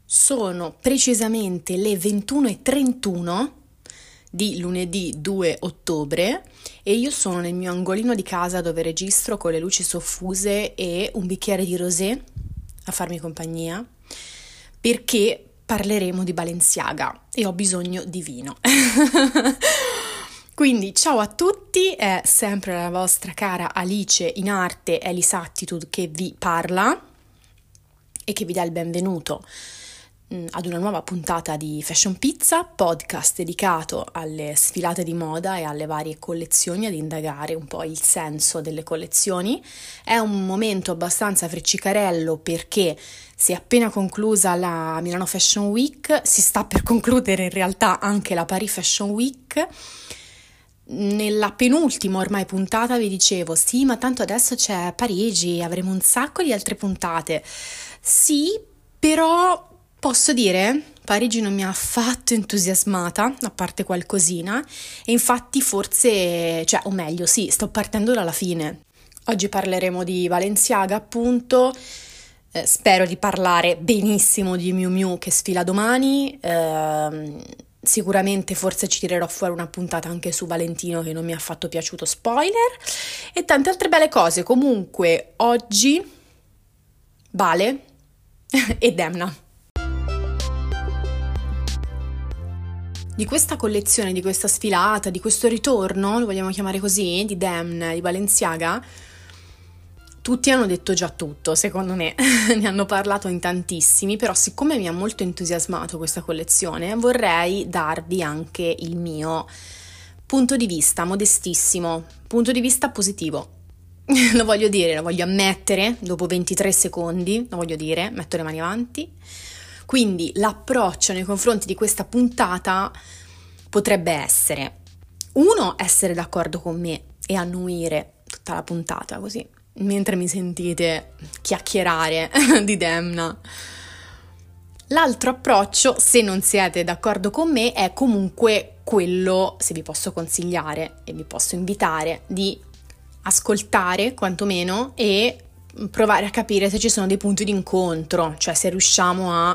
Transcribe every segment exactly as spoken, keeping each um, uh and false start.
Sono precisamente le ventuno e trentuno di lunedì due ottobre e io sono nel mio angolino di casa dove registro con le luci soffuse e un bicchiere di rosé a farmi compagnia perché parleremo di Balenciaga e ho bisogno di vino. Quindi ciao a tutti, è sempre la vostra cara Alice in arte Elisatitude che vi parla e che vi dà il benvenuto ad una nuova puntata di Fashion Pizza, podcast dedicato alle sfilate di moda e alle varie collezioni, ad indagare un po' il senso delle collezioni. È un momento abbastanza freccicarello perché si è appena conclusa la Milano Fashion Week, si sta per concludere in realtà anche la Paris Fashion Week. Nella penultima ormai puntata vi dicevo sì, ma tanto adesso c'è Parigi, avremo un sacco di altre puntate. Sì, però posso dire, Parigi non mi ha affatto entusiasmata, a parte qualcosina, e infatti forse, cioè, o meglio, sì, sto partendo dalla fine. Oggi parleremo di Balenciaga, appunto, eh, spero di parlare benissimo di Miu Miu che sfila domani, ehm, sicuramente forse ci tirerò fuori una puntata anche su Valentino che non mi ha affatto piaciuto, spoiler, e tante altre belle cose. Comunque, oggi, Bale e Demna. Di questa collezione, di questa sfilata, di questo ritorno, lo vogliamo chiamare così, di Demna, di Balenciaga, tutti hanno detto già tutto, secondo me, ne hanno parlato in tantissimi, però siccome mi ha molto entusiasmato questa collezione, vorrei darvi anche il mio punto di vista, modestissimo, punto di vista positivo. Lo voglio dire, lo voglio ammettere, dopo ventitré secondi, lo voglio dire, metto le mani avanti. Quindi l'approccio nei confronti di questa puntata potrebbe essere, uno, essere d'accordo con me e annuire tutta la puntata così, mentre mi sentite chiacchierare di Demna. L'altro approccio, se non siete d'accordo con me, è comunque quello, se vi posso consigliare e vi posso invitare, di ascoltare quantomeno e provare a capire se ci sono dei punti di incontro, cioè se riusciamo a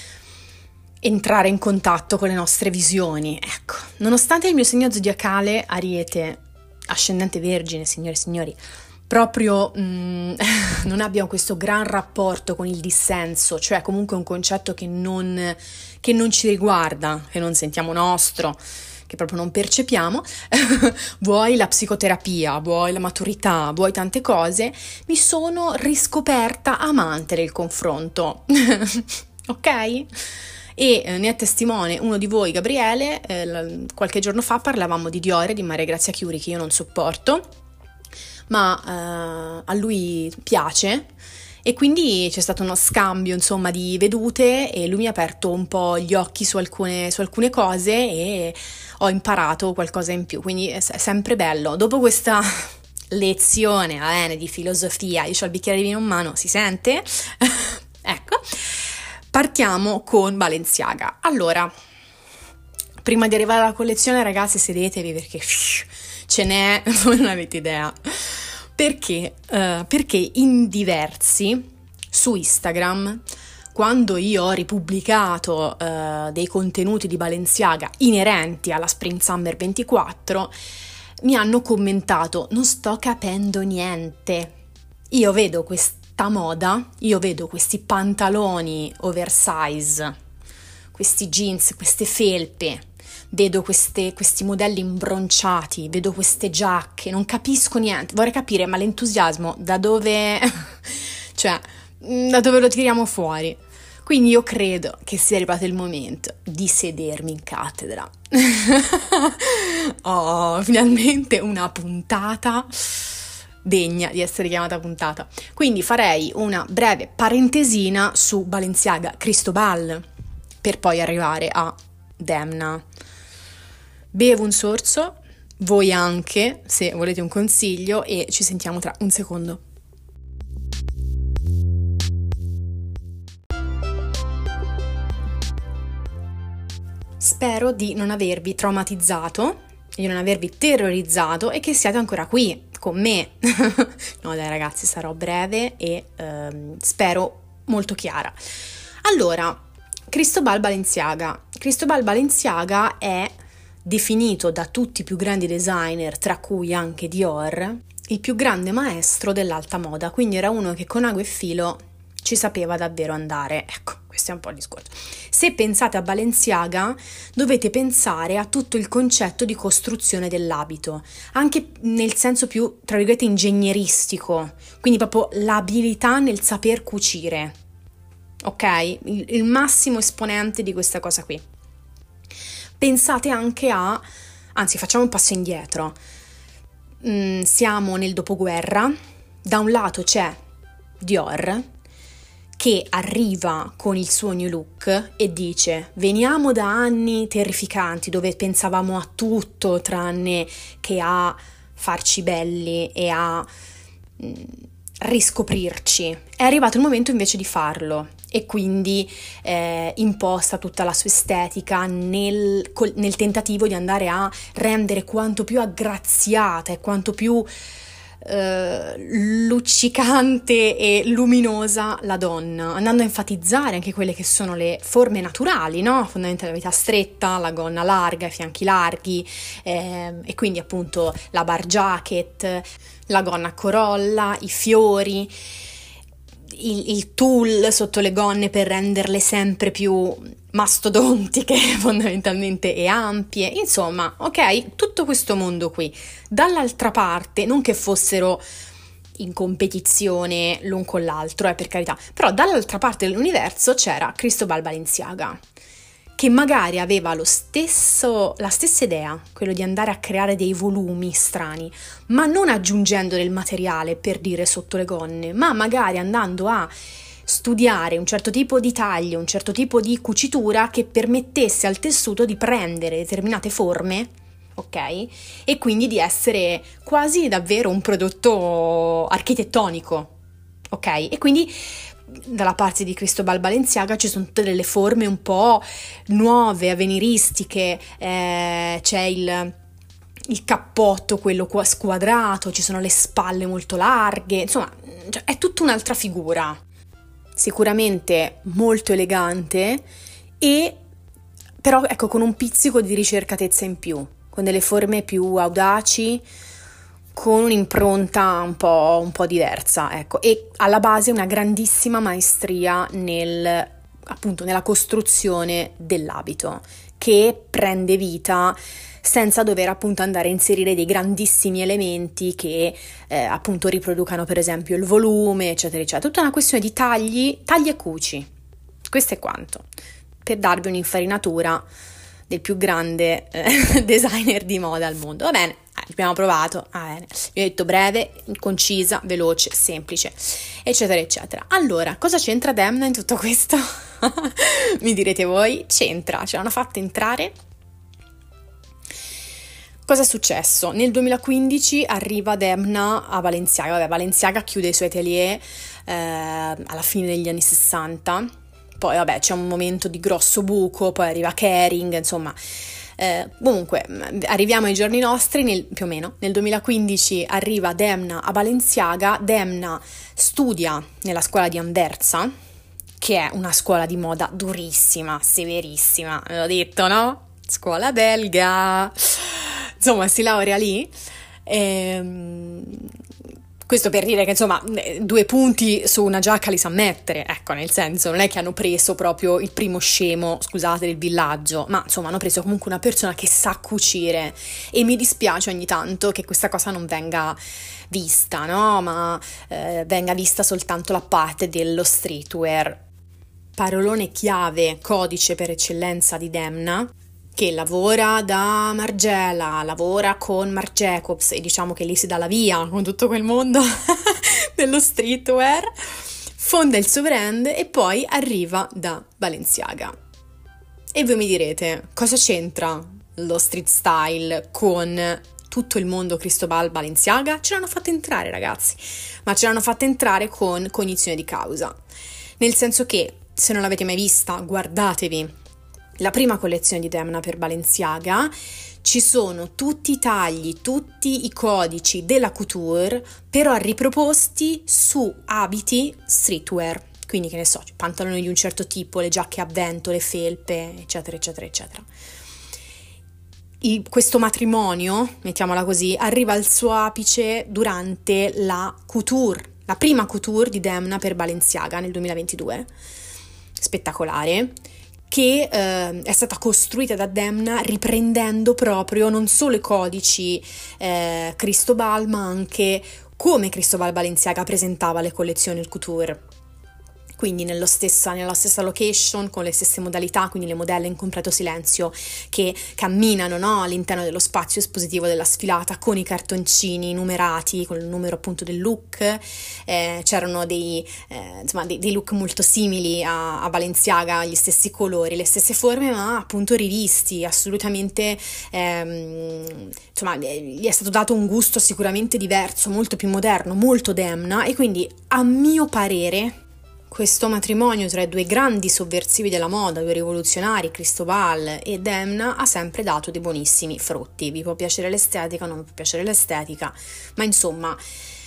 entrare in contatto con le nostre visioni. Ecco, nonostante il mio segno zodiacale Ariete, ascendente Vergine, signore e signori, proprio mh, non abbiamo questo gran rapporto con il dissenso, cioè comunque un concetto che non, che non ci riguarda, che non sentiamo nostro, che proprio non percepiamo, vuoi la psicoterapia, vuoi la maturità, vuoi tante cose, mi sono riscoperta amante del confronto, ok? E eh, ne è testimone uno di voi, Gabriele, eh, qualche giorno fa parlavamo di Dior, di Maria Grazia Chiuri, che io non sopporto, ma eh, a lui piace. E quindi c'è stato uno scambio, insomma, di vedute e lui mi ha aperto un po' gli occhi su alcune, su alcune cose e ho imparato qualcosa in più, quindi è sempre bello. Dopo questa lezione, va bene, di filosofia, io ho il bicchiere di vino in mano, si sente? Ecco, partiamo con Balenciaga. Allora, prima di arrivare alla collezione, ragazzi, sedetevi perché ce n'è, voi non avete idea. Perché? Uh, perché in diversi su Instagram, quando io ho ripubblicato uh, dei contenuti di Balenciaga inerenti alla Spring Summer ventiquattro, mi hanno commentato: non sto capendo niente. Io vedo questa moda, io vedo questi pantaloni oversize, questi jeans, queste felpe, vedo queste, questi modelli imbronciati, vedo queste giacche, non capisco niente, vorrei capire, ma l'entusiasmo da dove, cioè, da dove lo tiriamo fuori? Quindi io credo che sia arrivato il momento di sedermi in cattedra. Oh, finalmente una puntata degna di essere chiamata puntata. Quindi farei una breve parentesina su Balenciaga Cristobal, per poi arrivare a Demna. Bevo un sorso, voi anche, se volete un consiglio, e ci sentiamo tra un secondo. Spero di non avervi traumatizzato, di non avervi terrorizzato e che siate ancora qui con me. No dai ragazzi, sarò breve e ehm, spero molto chiara. Allora, Cristobal Balenciaga. Cristobal Balenciaga è definito da tutti i più grandi designer, tra cui anche Dior, il più grande maestro dell'alta moda, quindi era uno che con ago e filo ci sapeva davvero andare. Ecco, questo è un po' il discorso. Se pensate a Balenciaga, dovete pensare a tutto il concetto di costruzione dell'abito, anche nel senso più, tra virgolette, ingegneristico, quindi proprio l'abilità nel saper cucire, ok? Il, il massimo esponente di questa cosa qui. Pensate anche a, anzi facciamo un passo indietro, mm, siamo nel dopoguerra, da un lato c'è Dior che arriva con il suo new look e dice: veniamo da anni terrificanti dove pensavamo a tutto tranne che a farci belli e a mm, riscoprirci. È arrivato il momento invece di farlo e quindi eh, imposta tutta la sua estetica nel, col, nel tentativo di andare a rendere quanto più aggraziata e quanto più eh, luccicante e luminosa la donna, andando a enfatizzare anche quelle che sono le forme naturali, no? Fondamentalmente la vita stretta, la gonna larga, i fianchi larghi eh, e quindi appunto la bar jacket, la gonna a corolla, i fiori, il, il tulle sotto le gonne per renderle sempre più mastodontiche fondamentalmente e ampie, insomma, ok, tutto questo mondo qui. Dall'altra parte, non che fossero in competizione l'un con l'altro, eh, per carità, però dall'altra parte dell'universo c'era Cristobal Balenciaga, che magari aveva lo stesso, la stessa idea, quello di andare a creare dei volumi strani, ma non aggiungendo del materiale per dire sotto le gonne, ma magari andando a studiare un certo tipo di taglio, un certo tipo di cucitura che permettesse al tessuto di prendere determinate forme, ok? E quindi di essere quasi davvero un prodotto architettonico, ok? E quindi dalla parte di Cristobal Balenciaga ci sono tutte delle forme un po' nuove, avveniristiche, eh, c'è il, il cappotto, quello qua squadrato, ci sono le spalle molto larghe, insomma, cioè, è tutta un'altra figura, sicuramente molto elegante e però ecco con un pizzico di ricercatezza in più, con delle forme più audaci, con un'impronta un po', un po' diversa, ecco, e alla base una grandissima maestria nel, appunto, nella costruzione dell'abito, che prende vita senza dover appunto andare a inserire dei grandissimi elementi che eh, appunto riproducano per esempio il volume, eccetera, eccetera. Tutta una questione di tagli, tagli e cuci. Questo è quanto, per darvi un'infarinatura del più grande eh, designer di moda al mondo. Va bene. Abbiamo provato, ah, bene. Vi ho detto breve, concisa, veloce, semplice, eccetera, eccetera. Allora, cosa c'entra Demna in tutto questo? Mi direte voi, c'entra, ce l'hanno fatta entrare. Cosa è successo? Nel duemilaquindici arriva Demna a Balenciaga. Vabbè, Balenciaga chiude i suoi atelier eh, alla fine degli anni sessanta. Poi, vabbè, c'è un momento di grosso buco, poi arriva Kering, insomma. Eh, comunque arriviamo ai giorni nostri, nel, più o meno nel duemilaquindici arriva Demna a Balenciaga. Demna studia nella scuola di Anversa, che è una scuola di moda durissima, severissima, ve l'ho detto, no? Scuola belga, insomma si laurea lì. ehm, Questo per dire che insomma due punti su una giacca li sa mettere, ecco, nel senso non è che hanno preso proprio il primo scemo, scusate, del villaggio, ma insomma hanno preso comunque una persona che sa cucire e mi dispiace ogni tanto che questa cosa non venga vista, no? Ma eh, venga vista soltanto la parte dello streetwear. Parolone chiave, codice per eccellenza di Demna, che lavora da Margiela, lavora con Marc Jacobs e diciamo che lì si dà la via con tutto quel mondo dello streetwear, fonda il suo brand e poi arriva da Balenciaga. E voi mi direte, cosa c'entra lo street style con tutto il mondo Cristobal Balenciaga? Ce l'hanno fatta entrare, ragazzi, ma ce l'hanno fatta entrare con cognizione di causa, nel senso che se non l'avete mai vista, guardatevi la prima collezione di Demna per Balenciaga. Ci sono tutti i tagli, tutti i codici della couture, però riproposti su abiti streetwear, quindi che ne so, pantaloni di un certo tipo, le giacche a vento, le felpe, eccetera, eccetera, eccetera. Il, questo matrimonio, mettiamola così, arriva al suo apice durante la couture, la prima couture di Demna per Balenciaga nel duemilaventidue, spettacolare, che eh, è stata costruita da Demna riprendendo proprio non solo i codici eh, Cristobal, ma anche come Cristobal Balenciaga presentava le collezioni il couture. Quindi nello stessa, nella stessa location, con le stesse modalità, quindi le modelle in completo silenzio che camminano, no, all'interno dello spazio espositivo della sfilata con i cartoncini numerati, con il numero appunto del look. Eh, c'erano dei, eh, insomma, dei, dei look molto simili a, a Balenciaga, gli stessi colori, le stesse forme, ma appunto rivisti, assolutamente, ehm, insomma, gli è stato dato un gusto sicuramente diverso, molto più moderno, molto Demna, e quindi a mio parere questo matrimonio tra i due grandi sovversivi della moda, due rivoluzionari, Cristobal e Demna, ha sempre dato dei buonissimi frutti. Vi può piacere l'estetica, non vi può piacere l'estetica, ma insomma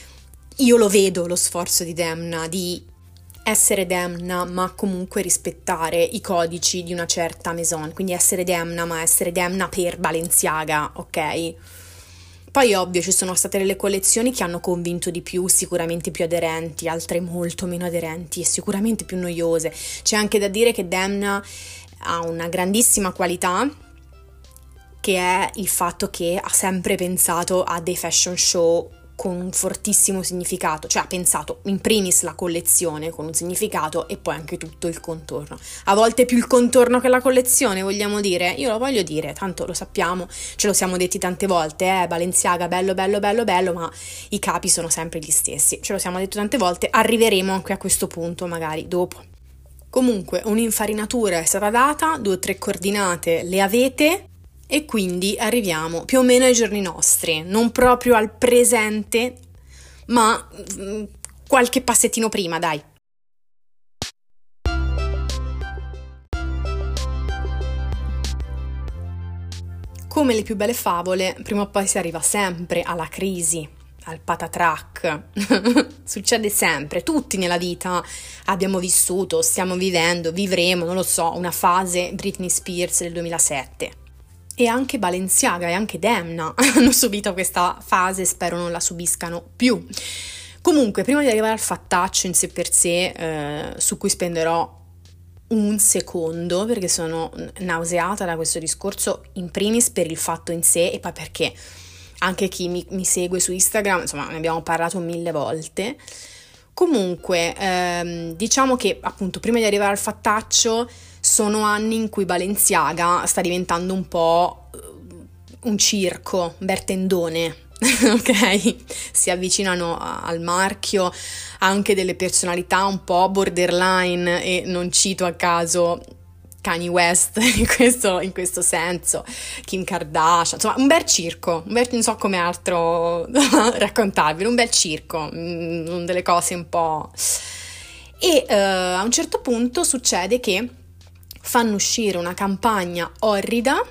io lo vedo lo sforzo di Demna di essere Demna ma comunque rispettare i codici di una certa maison, quindi essere Demna ma essere Demna per Balenciaga, ok? Poi ovvio ci sono state delle collezioni che hanno convinto di più, sicuramente più aderenti, altre molto meno aderenti e sicuramente più noiose. C'è anche da dire che Demna ha una grandissima qualità, che è il fatto che ha sempre pensato a dei fashion show con un fortissimo significato, cioè ha pensato in primis la collezione con un significato e poi anche tutto il contorno. A volte più il contorno che la collezione, vogliamo dire. Io lo voglio dire, tanto lo sappiamo, ce lo siamo detti tante volte, eh, Balenciaga bello bello bello bello, ma i capi sono sempre gli stessi. Ce lo siamo detto tante volte, arriveremo anche a questo punto magari dopo. Comunque un'infarinatura è stata data, due o tre coordinate le avete, e quindi arriviamo più o meno ai giorni nostri, non proprio al presente, ma mh, qualche passettino prima, dai. Come le più belle favole, prima o poi si arriva sempre alla crisi, al patatrac. Succede sempre, tutti nella vita abbiamo vissuto, stiamo vivendo, vivremo, non lo so, una fase Britney Spears del duemilasette. E anche Balenciaga e anche Demna hanno subito questa fase, spero non la subiscano più. Comunque, prima di arrivare al fattaccio in sé per sé, eh, su cui spenderò un secondo, perché sono nauseata da questo discorso, in primis per il fatto in sé e poi perché anche chi mi, mi segue su Instagram, insomma, ne abbiamo parlato mille volte. Comunque, ehm, diciamo che appunto prima di arrivare al fattaccio sono anni in cui Balenciaga sta diventando un po' un circo, un Bertendone, ok? Si avvicinano al marchio anche delle personalità un po' borderline e non cito a caso Kanye West in questo, in questo senso, Kim Kardashian, insomma un bel circo, un bel, non so come altro raccontarvi, un bel circo, mh, delle cose un po'... E uh, a un certo punto succede che fanno uscire una campagna orrida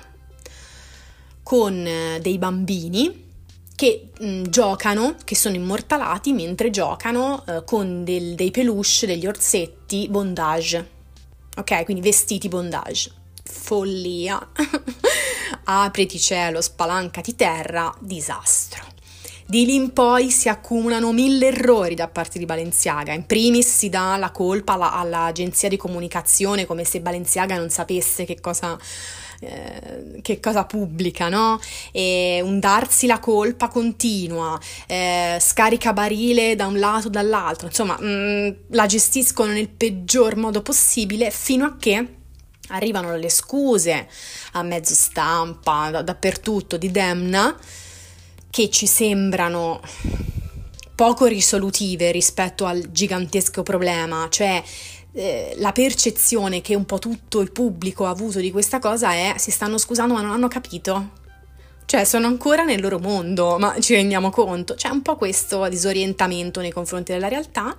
con dei bambini che mh, giocano, che sono immortalati mentre giocano uh, con del, dei peluche, degli orsetti bondage, ok? Quindi vestiti bondage. Follia. Apriti cielo, spalancati terra, disastro. Di lì in poi si accumulano mille errori da parte di Balenciaga. In primis si dà la colpa alla, all'agenzia di comunicazione, come se Balenciaga non sapesse che cosa, eh, che cosa pubblica, no? E un darsi la colpa continua, eh, scaricabarile da un lato o dall'altro, insomma mh, la gestiscono nel peggior modo possibile fino a che arrivano le scuse a mezzo stampa, da, dappertutto, di Demna, che ci sembrano poco risolutive rispetto al gigantesco problema, cioè eh, la percezione che un po' tutto il pubblico ha avuto di questa cosa è: si stanno scusando ma non hanno capito, cioè sono ancora nel loro mondo, ma ci rendiamo conto? C'è un po' questo disorientamento nei confronti della realtà.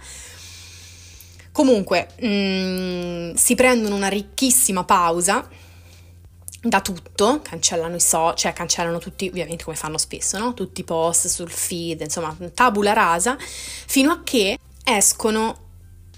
Comunque mh, si prendono una ricchissima pausa da tutto, cancellano i so, cioè cancellano tutti, ovviamente come fanno spesso, no? Tutti i post sul feed, insomma tabula rasa, fino a che escono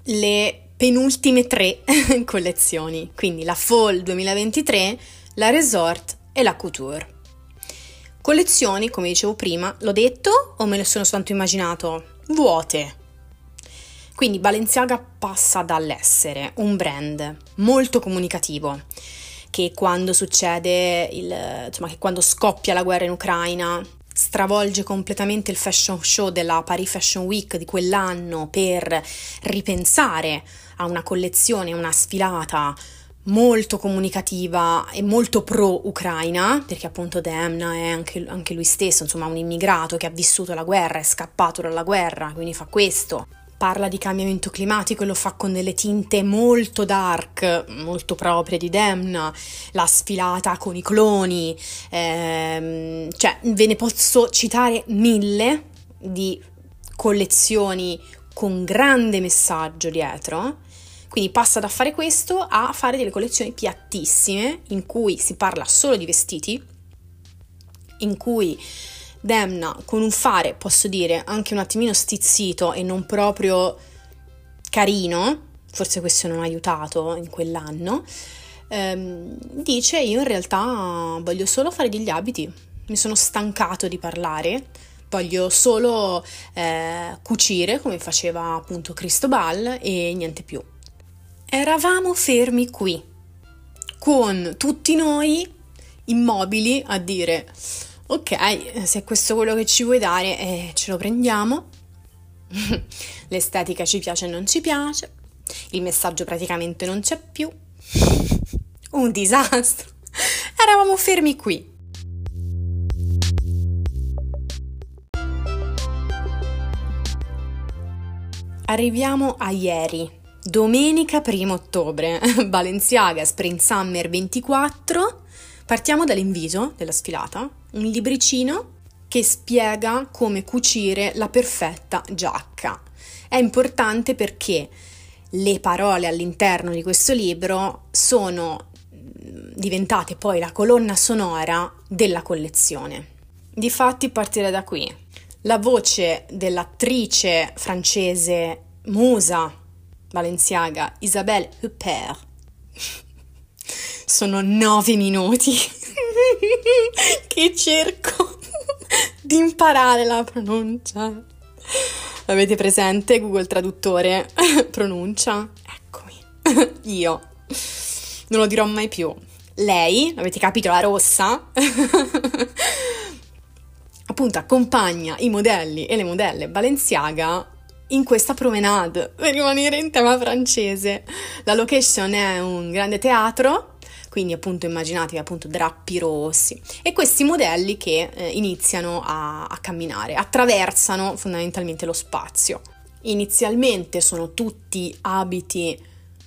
le penultime tre collezioni, quindi la Fall duemilaventitré, la Resort e la Couture. Collezioni, come dicevo prima, l'ho detto o me le sono soltanto immaginato? Vuote. Quindi Balenciaga passa dall'essere un brand molto comunicativo, che quando succede il, insomma, che quando scoppia la guerra in Ucraina stravolge completamente il fashion show della Paris Fashion Week di quell'anno per ripensare a una collezione, una sfilata molto comunicativa e molto pro-Ucraina, perché appunto Demna è anche, anche lui stesso, insomma, un immigrato che ha vissuto la guerra, è scappato dalla guerra, quindi fa questo. Parla di cambiamento climatico e lo fa con delle tinte molto dark, molto proprie di Demna, la sfilata con i cloni, ehm, cioè ve ne posso citare mille di collezioni con grande messaggio dietro. Quindi passa da fare questo a fare delle collezioni piattissime in cui si parla solo di vestiti, in cui Demna con un fare, posso dire, anche un attimino stizzito e non proprio carino, forse questo non ha aiutato in quell'anno, ehm, dice: io in realtà voglio solo fare degli abiti, mi sono stancato di parlare, voglio solo eh, cucire come faceva appunto Cristobal e niente più. Eravamo fermi qui, con tutti noi immobili a dire: ok, se questo è quello che ci vuoi dare, eh, ce lo prendiamo. L'estetica ci piace o non ci piace, il messaggio praticamente non c'è più. Un disastro. Eravamo fermi qui. Arriviamo a ieri, domenica primo ottobre, Balenciaga Spring Summer ventiquattro. Partiamo dall'inviso della sfilata, un libricino che spiega come cucire la perfetta giacca. È importante perché le parole all'interno di questo libro sono diventate poi la colonna sonora della collezione. Difatti partirei da qui. La voce dell'attrice francese musa Balenciaga, Isabelle Huppert. Sono nove minuti che cerco di imparare la pronuncia. Avete presente Google Traduttore? Pronuncia? Eccomi. Io non lo dirò mai più. Lei, avete capito, la rossa, appunto accompagna i modelli e le modelle Balenciaga in questa promenade, per rimanere in tema francese. La location è un grande teatro, quindi appunto immaginatevi appunto drappi rossi e questi modelli che eh, iniziano a, a camminare, attraversano fondamentalmente lo spazio. Inizialmente sono tutti abiti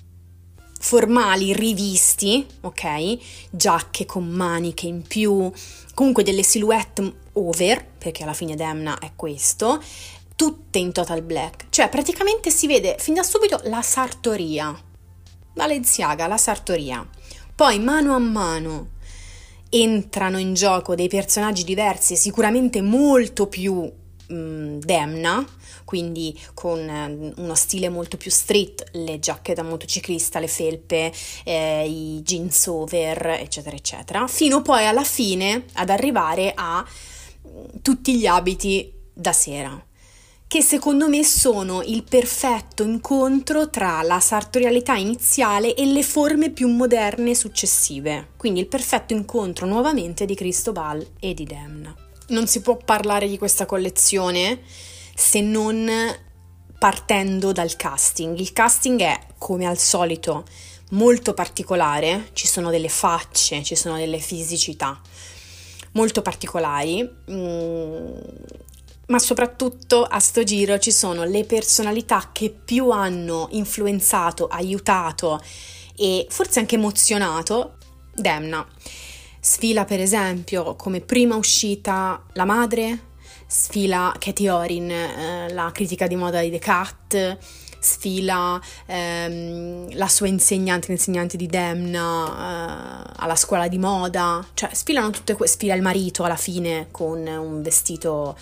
formali rivisti, ok? Giacche con maniche in più, comunque delle silhouette over, perché alla fine Demna è questo, tutte in total black, cioè praticamente si vede fin da subito la sartoria, Balenciaga, la sartoria. Poi mano a mano entrano in gioco dei personaggi diversi, sicuramente molto più mh, Demna, quindi con eh, uno stile molto più street, le giacche da motociclista, le felpe, eh, i jeans over, eccetera, eccetera, fino poi alla fine ad arrivare a mh, tutti gli abiti da sera, che secondo me sono il perfetto incontro tra la sartorialità iniziale e le forme più moderne successive, quindi il perfetto incontro nuovamente di Cristobal e di Demna. Non si può parlare di questa collezione se non partendo dal casting. Il casting è, come al solito, molto particolare, ci sono delle facce, ci sono delle fisicità molto particolari, mm, ma soprattutto a sto giro ci sono le personalità che più hanno influenzato, aiutato e forse anche emozionato Demna. Sfila per esempio come prima uscita la madre, sfila Katie Orin, eh, la critica di moda di The Cut, sfila ehm, la sua insegnante, l'insegnante di Demna eh, alla scuola di moda, cioè sfilano tutte que- sfila il marito alla fine con un vestito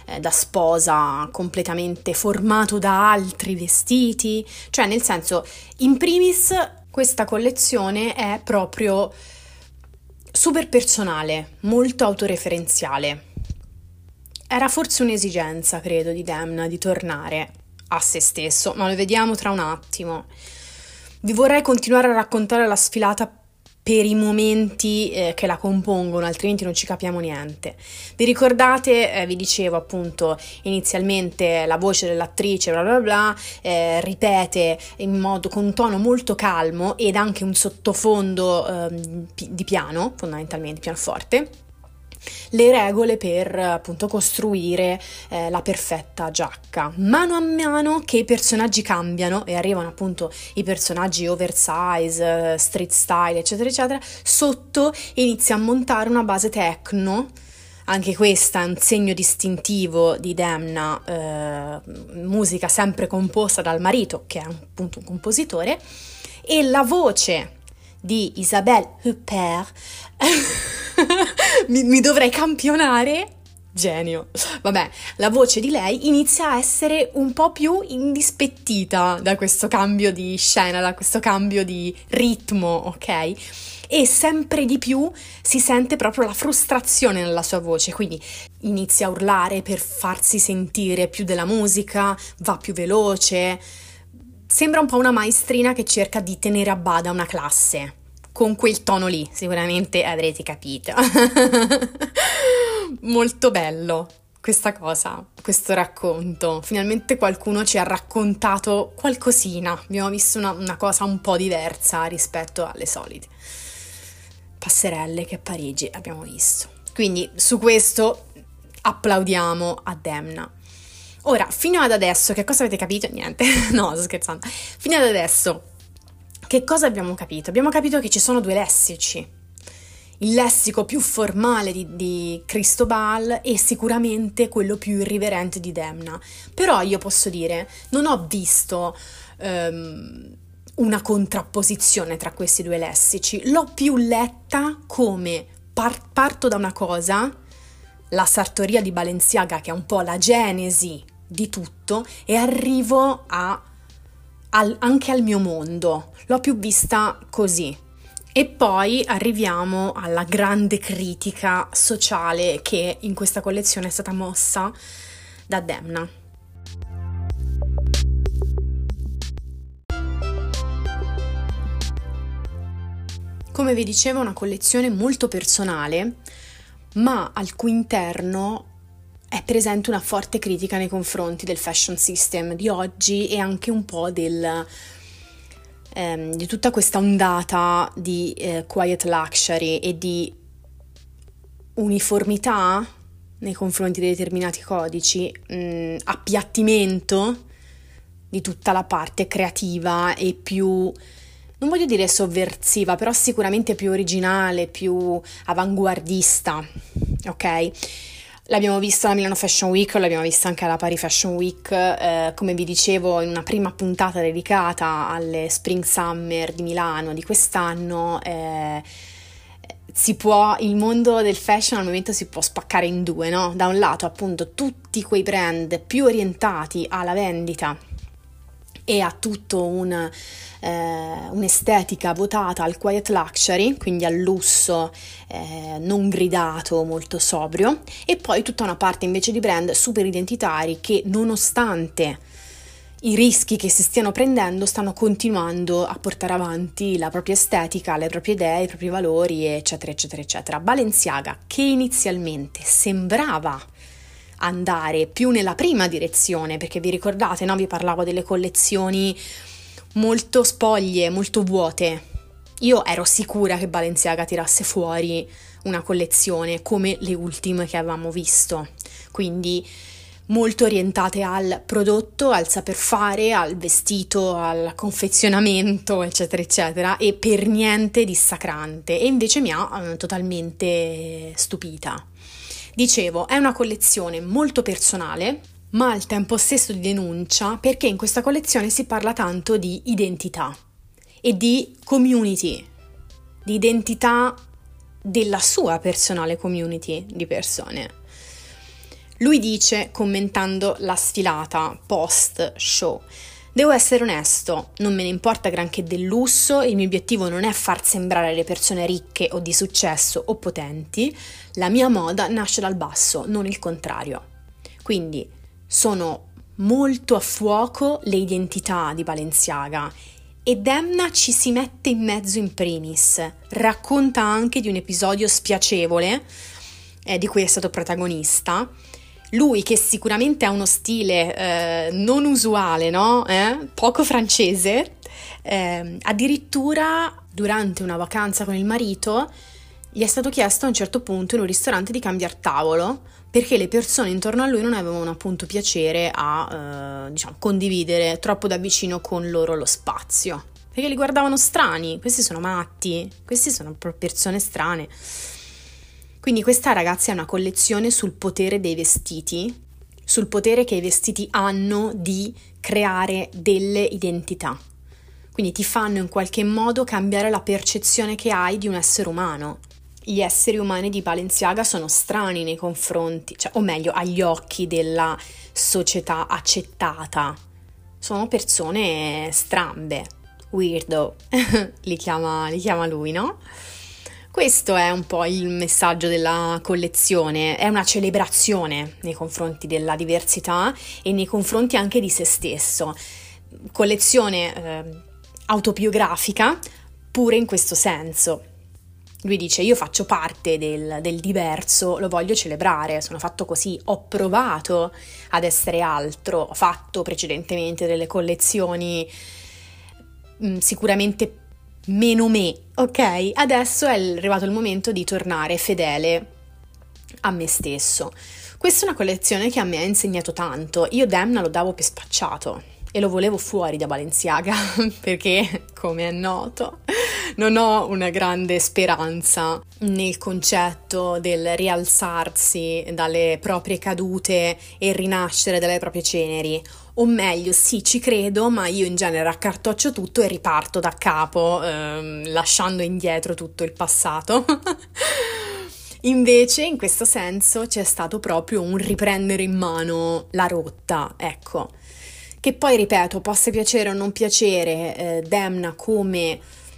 eh, da sposa completamente formato da altri vestiti, cioè nel senso, in primis questa collezione è proprio super personale, molto autoreferenziale. Era forse un'esigenza, credo, di Demna di tornare a se stesso, ma lo vediamo tra un attimo. Vi vorrei continuare a raccontare la sfilata per i momenti eh, che la compongono, altrimenti non ci capiamo niente. Vi ricordate, eh, vi dicevo appunto inizialmente la voce dell'attrice bla bla bla eh, ripete in modo con un tono molto calmo ed anche un sottofondo eh, di piano, fondamentalmente pianoforte, le regole per appunto costruire eh, la perfetta giacca. Mano a mano che i personaggi cambiano e arrivano appunto i personaggi oversize, street style, eccetera eccetera, sotto inizia a montare una base techno. Anche questa è un segno distintivo di Demna, eh, musica sempre composta dal marito, che è appunto un compositore, e la voce di Isabelle Huppert mi, mi dovrei campionare, genio, vabbè, la voce di lei inizia a essere un po' più indispettita da questo cambio di scena, da questo cambio di ritmo, ok? E sempre di più si sente proprio la frustrazione nella sua voce, quindi inizia a urlare per farsi sentire più della musica, va più veloce. Sembra un po' una maestrina che cerca di tenere a bada una classe, con quel tono lì, sicuramente avrete capito. Molto bello questa cosa, questo racconto. Finalmente qualcuno ci ha raccontato qualcosina, abbiamo visto una, una cosa un po' diversa rispetto alle solite passerelle che a Parigi abbiamo visto. Quindi su questo applaudiamo a Demna. Ora, fino ad adesso, che cosa avete capito? Niente, no, sto scherzando. Fino ad adesso, che cosa abbiamo capito? Abbiamo capito che ci sono due lessici. Il lessico più formale di, di Cristobal e sicuramente quello più irriverente di Demna. Però io posso dire, non ho visto um, una contrapposizione tra questi due lessici. L'ho più letta come par- parto da una cosa, la sartoria di Balenciaga, che è un po' la genesi di tutto, e arrivo a, al, anche al mio mondo. L'ho più vista così. E poi arriviamo alla grande critica sociale che in questa collezione è stata mossa da Demna. Come vi dicevo, è una collezione molto personale, ma al cui interno è presente una forte critica nei confronti del fashion system di oggi e anche un po' del, ehm, di tutta questa ondata di eh, quiet luxury e di uniformità nei confronti di determinati codici, mh, appiattimento di tutta la parte creativa e più, non voglio dire sovversiva, però sicuramente più originale, più avanguardista, ok? L'abbiamo vista alla Milano Fashion Week, l'abbiamo vista anche alla Paris Fashion Week, eh, come vi dicevo in una prima puntata dedicata alle Spring Summer di Milano di quest'anno. eh, si può, il mondo del fashion al momento si può spaccare in due, no? Da un lato appunto tutti quei brand più orientati alla vendita e a tutto un, eh, un'estetica votata al quiet luxury, quindi al lusso eh, non gridato, molto sobrio, e poi tutta una parte invece di brand super identitari che, nonostante i rischi che si stiano prendendo, stanno continuando a portare avanti la propria estetica, le proprie idee, i propri valori, eccetera eccetera eccetera. Balenciaga, che inizialmente sembrava andare più nella prima direzione, perché vi ricordate, no? Vi parlavo delle collezioni molto spoglie, molto vuote. Io ero sicura che Balenciaga tirasse fuori una collezione come le ultime che avevamo visto, quindi molto orientate al prodotto, al saper fare, al vestito, al confezionamento, eccetera eccetera, e per niente dissacrante, e invece mi ha eh, totalmente stupita. Dicevo, è una collezione molto personale, ma al tempo stesso di denuncia, perché in questa collezione si parla tanto di identità e di community, di identità della sua personale community di persone. Lui dice, commentando la sfilata post-show: devo essere onesto, non me ne importa granché del lusso, il mio obiettivo non è far sembrare le persone ricche o di successo o potenti, la mia moda nasce dal basso, non il contrario. Quindi sono molto a fuoco le identità di Balenciaga e Demna ci si mette in mezzo in primis, racconta anche di un episodio spiacevole eh, di cui è stato protagonista. Lui, che sicuramente ha uno stile eh, non usuale, no? Eh? Poco francese, eh, addirittura durante una vacanza con il marito gli è stato chiesto a un certo punto in un ristorante di cambiare tavolo perché le persone intorno a lui non avevano appunto piacere a eh, diciamo, condividere troppo da vicino con loro lo spazio, perché li guardavano strani. Questi sono matti, questi sono persone strane. Quindi questa, ragazzi, è una collezione sul potere dei vestiti, sul potere che i vestiti hanno di creare delle identità. Quindi ti fanno in qualche modo cambiare la percezione che hai di un essere umano. Gli esseri umani di Balenciaga sono strani nei confronti, cioè, o meglio, agli occhi della società accettata. Sono persone strambe, weirdo, li chiama, li chiama lui, no? Questo è un po' il messaggio della collezione, è una celebrazione nei confronti della diversità e nei confronti anche di se stesso. Collezione eh, autobiografica pure in questo senso. Lui dice: io faccio parte del, del diverso, lo voglio celebrare, sono fatto così, ho provato ad essere altro, ho fatto precedentemente delle collezioni mh, sicuramente meno me, ok? Adesso è arrivato il momento di tornare fedele a me stesso. Questa è una collezione che a me ha insegnato tanto. Io Demna lo davo per spacciato e lo volevo fuori da Balenciaga perché, come è noto, non ho una grande speranza nel concetto del rialzarsi dalle proprie cadute e rinascere dalle proprie ceneri. O meglio, sì, ci credo, ma io in genere accartoccio tutto e riparto da capo, ehm, lasciando indietro tutto il passato. Invece, in questo senso, c'è stato proprio un riprendere in mano la rotta, ecco. Che poi, ripeto, possa piacere o non piacere eh, Demna come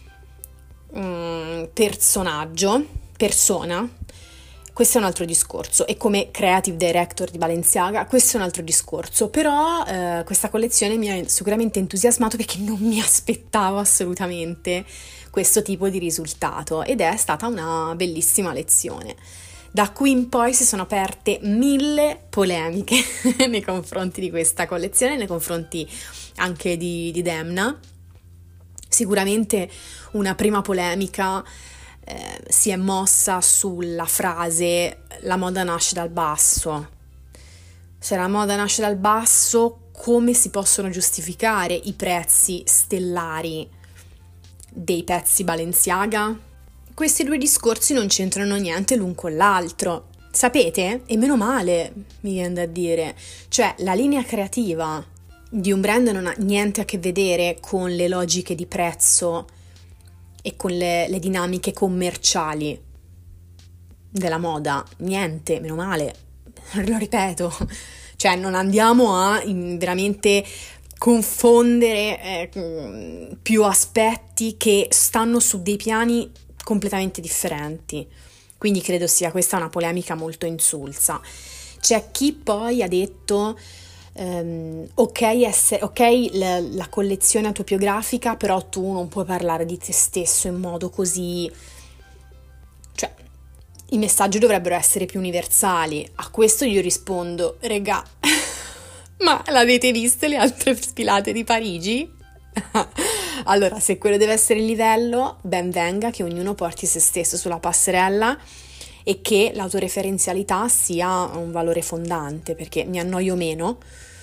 um, personaggio, persona, questo è un altro discorso, e come creative director di Balenciaga questo è un altro discorso, però eh, questa collezione mi ha sicuramente entusiasmato perché non mi aspettavo assolutamente questo tipo di risultato ed è stata una bellissima lezione. Da qui in poi si sono aperte mille polemiche nei confronti di questa collezione, nei confronti anche di, di Demna. Sicuramente una prima polemica Eh, si è mossa sulla frase "la moda nasce dal basso". Se la moda nasce dal basso, come si possono giustificare i prezzi stellari dei pezzi Balenciaga? Questi due discorsi non c'entrano niente l'un con l'altro, sapete? E meno male, mi viene da dire. Cioè, la linea creativa di un brand non ha niente a che vedere con le logiche di prezzo e con le, le dinamiche commerciali della moda, niente, meno male, lo ripeto, cioè non andiamo a in, veramente confondere eh, più aspetti che stanno su dei piani completamente differenti, quindi credo sia questa una polemica molto insulsa. C'è chi poi ha detto Um, ok, essere, ok la, la collezione autobiografica, però tu non puoi parlare di te stesso in modo così, cioè i messaggi dovrebbero essere più universali. A questo io rispondo: regà, ma l'avete viste le altre sfilate di Parigi? Allora, se quello deve essere il livello, ben venga che ognuno porti se stesso sulla passerella e che l'autoreferenzialità sia un valore fondante, perché mi annoio meno,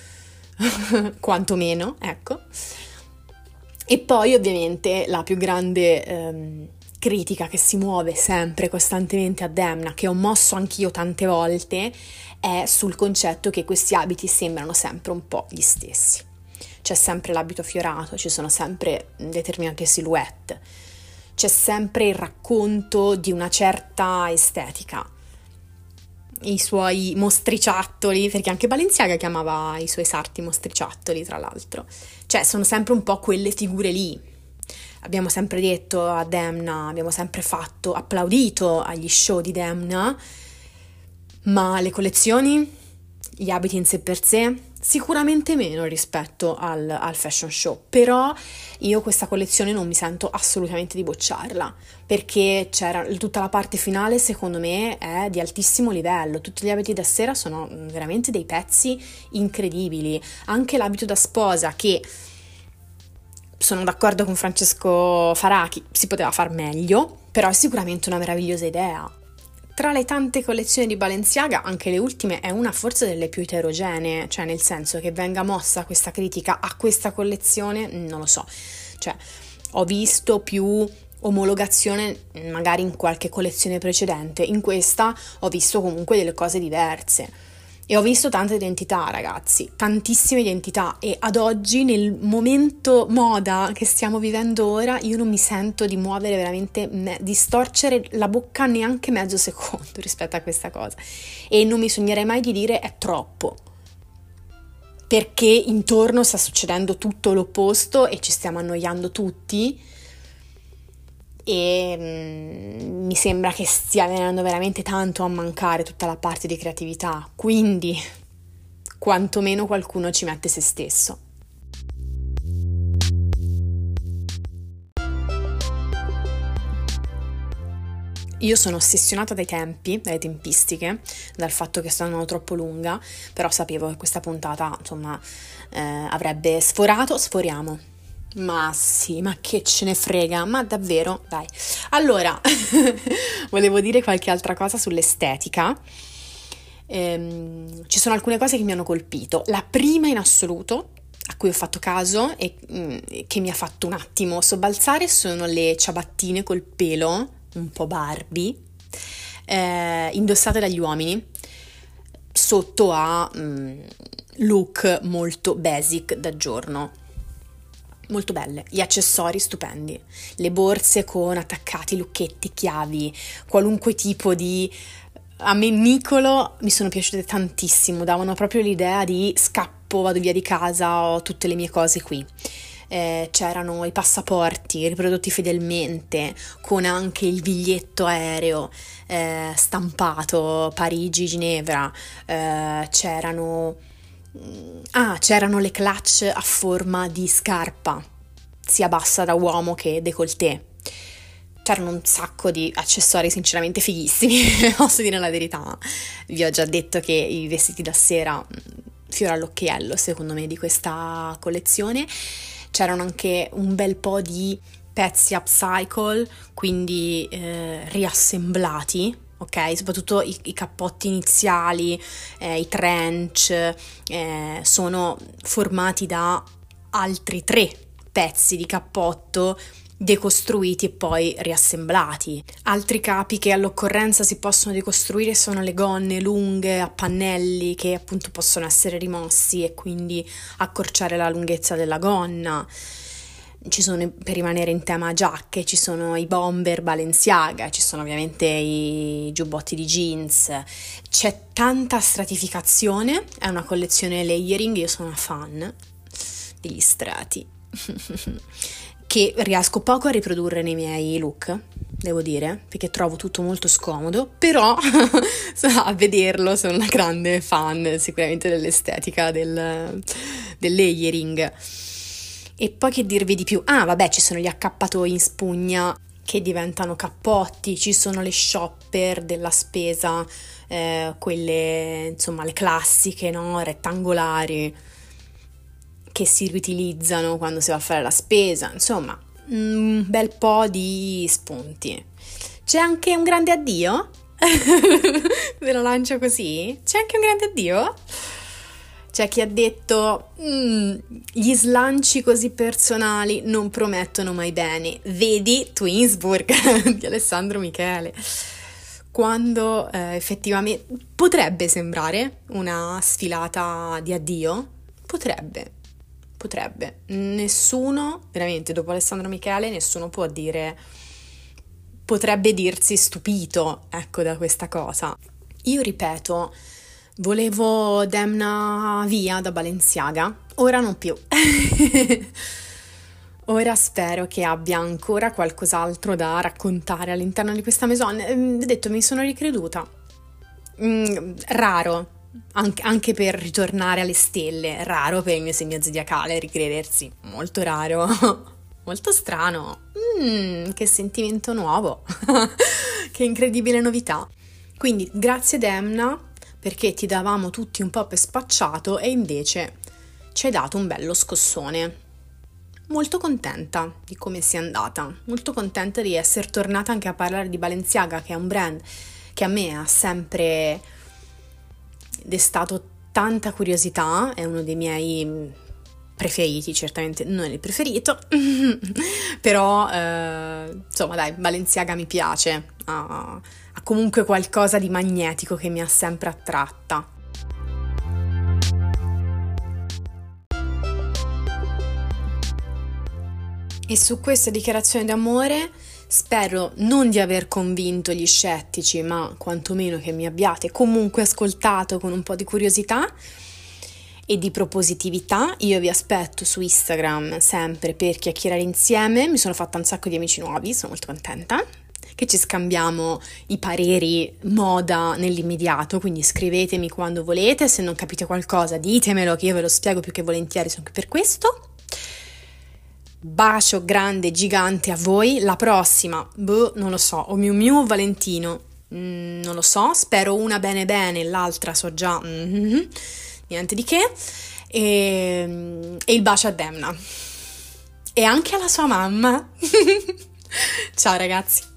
quanto meno, ecco. E poi ovviamente la più grande ehm, critica che si muove sempre costantemente a Demna, che ho mosso anch'io tante volte, è sul concetto che questi abiti sembrano sempre un po' gli stessi. C'è sempre l'abito fiorato, ci sono sempre determinate silhouette, c'è sempre il racconto di una certa estetica. i suoi mostriciattoli, perché anche Balenciaga chiamava i suoi sarti mostriciattoli, tra l'altro. Cioè, sono sempre un po' quelle figure lì. Abbiamo sempre detto a Demna, abbiamo sempre fatto, applaudito agli show di Demna, ma le collezioni, gli abiti in sé per sé, sicuramente meno rispetto al, al fashion show, però io questa collezione non mi sento assolutamente di bocciarla, perché c'era tutta la parte finale, secondo me è di altissimo livello, tutti gli abiti da sera sono veramente dei pezzi incredibili, anche l'abito da sposa che, sono d'accordo con Francesco Farachi, si poteva far meglio, però è sicuramente una meravigliosa idea. Tra le tante collezioni di Balenciaga, anche le ultime è una forse delle più eterogenee, cioè nel senso che venga mossa questa critica a questa collezione, non lo so, cioè ho visto più omologazione magari in qualche collezione precedente, in questa ho visto comunque delle cose diverse. E ho visto tante identità, ragazzi, tantissime identità, e ad oggi, nel momento moda che stiamo vivendo ora, io non mi sento di muovere veramente, di storcere la bocca neanche mezzo secondo rispetto a questa cosa. E non mi sognerei mai di dire è troppo, perché intorno sta succedendo tutto l'opposto e ci stiamo annoiando tutti. E mm, mi sembra che stia venendo veramente tanto a mancare tutta la parte di creatività, quindi quantomeno qualcuno ci mette se stesso. Io sono ossessionata dai tempi, dalle tempistiche, dal fatto che sono troppo lunga, però sapevo che questa puntata, insomma, eh, avrebbe sforato, sforiamo. Ma sì, ma che ce ne frega, ma davvero, dai. Allora, volevo dire qualche altra cosa sull'estetica. Ehm, ci sono alcune cose che mi hanno colpito. La prima in assoluto, a cui ho fatto caso e mm, che mi ha fatto un attimo sobbalzare, sono le ciabattine col pelo, un po' Barbie, eh, indossate dagli uomini, sotto a mm, look molto basic da giorno. Molto belle, gli accessori stupendi, le borse con attaccati, lucchetti, chiavi, qualunque tipo di ammennicolo mi sono piaciute tantissimo, davano proprio l'idea di scappo, vado via di casa, ho tutte le mie cose qui. Eh, c'erano i passaporti riprodotti fedelmente, con anche il biglietto aereo eh, stampato, Parigi-Ginevra, eh, c'erano... Ah, c'erano le clutch a forma di scarpa, sia bassa da uomo che décolleté. C'erano un sacco di accessori sinceramente fighissimi, posso dire la verità. Vi ho già detto che i vestiti da sera, fiore all'occhiello secondo me di questa collezione. C'erano anche un bel po' di pezzi upcycle, quindi eh, riassemblati. Ok, soprattutto i, i cappotti iniziali, eh, i trench, eh, sono formati da altri tre pezzi di cappotto decostruiti e poi riassemblati. Altri capi che all'occorrenza si possono decostruire sono le gonne lunghe a pannelli che appunto possono essere rimossi e quindi accorciare la lunghezza della gonna. Ci sono, per rimanere in tema giacche, ci sono i bomber Balenciaga, ci sono ovviamente i giubbotti di jeans, c'è tanta stratificazione, è una collezione layering, io sono una fan degli strati, che riesco poco a riprodurre nei miei look, devo dire, perché trovo tutto molto scomodo, però a vederlo sono una grande fan sicuramente dell'estetica del, del layering. E poi che dirvi di più? Ah, vabbè, ci sono gli accappatoi in spugna che diventano cappotti, ci sono le shopper della spesa, eh, quelle, insomma, le classiche, no? Rettangolari, che si riutilizzano quando si va a fare la spesa, insomma, un bel po' di spunti. C'è anche un grande addio? Ve lo lancio così? C'è anche un grande addio? C'è chi ha detto mm, gli slanci così personali non promettono mai bene. Vedi Twinsburg di Alessandro Michele. Quando eh, effettivamente potrebbe sembrare una sfilata di addio, potrebbe, potrebbe. Nessuno, veramente, dopo Alessandro Michele, nessuno può dire, potrebbe dirsi stupito, ecco, da questa cosa. Io ripeto, volevo Demna via da Balenciaga, ora non più. Ora spero che abbia ancora qualcos'altro da raccontare all'interno di questa maison. Ho detto, mi sono ricreduta. Mm, raro, anche, anche per ritornare alle stelle, raro per il mio segno zodiacale ricredersi, molto raro, molto strano. Mm, che sentimento nuovo, che incredibile novità. Quindi grazie Demna, perché ti davamo tutti un po' per spacciato e invece ci hai dato un bello scossone. Molto contenta di come sia andata, molto contenta di essere tornata anche a parlare di Balenciaga, che è un brand che a me ha sempre destato tanta curiosità, è uno dei miei preferiti, certamente non il preferito, però eh, insomma dai, Balenciaga mi piace, ha, ha comunque qualcosa di magnetico che mi ha sempre attratta. E su questa dichiarazione d'amore spero non di aver convinto gli scettici, ma quantomeno che mi abbiate comunque ascoltato con un po' di curiosità e di propositività. Io vi aspetto su Instagram sempre per chiacchierare insieme, mi sono fatta un sacco di amici nuovi, sono molto contenta, che ci scambiamo i pareri moda nell'immediato, quindi scrivetemi quando volete, se non capite qualcosa ditemelo che io ve lo spiego più che volentieri, sono qui per questo. Bacio grande, gigante a voi. La prossima, boh, non lo so, o Miu Miu o Valentino, mm, non lo so, spero una bene bene, l'altra so già, mm-hmm, niente di che, e, e il bacio a Demna e anche alla sua mamma. Ciao ragazzi.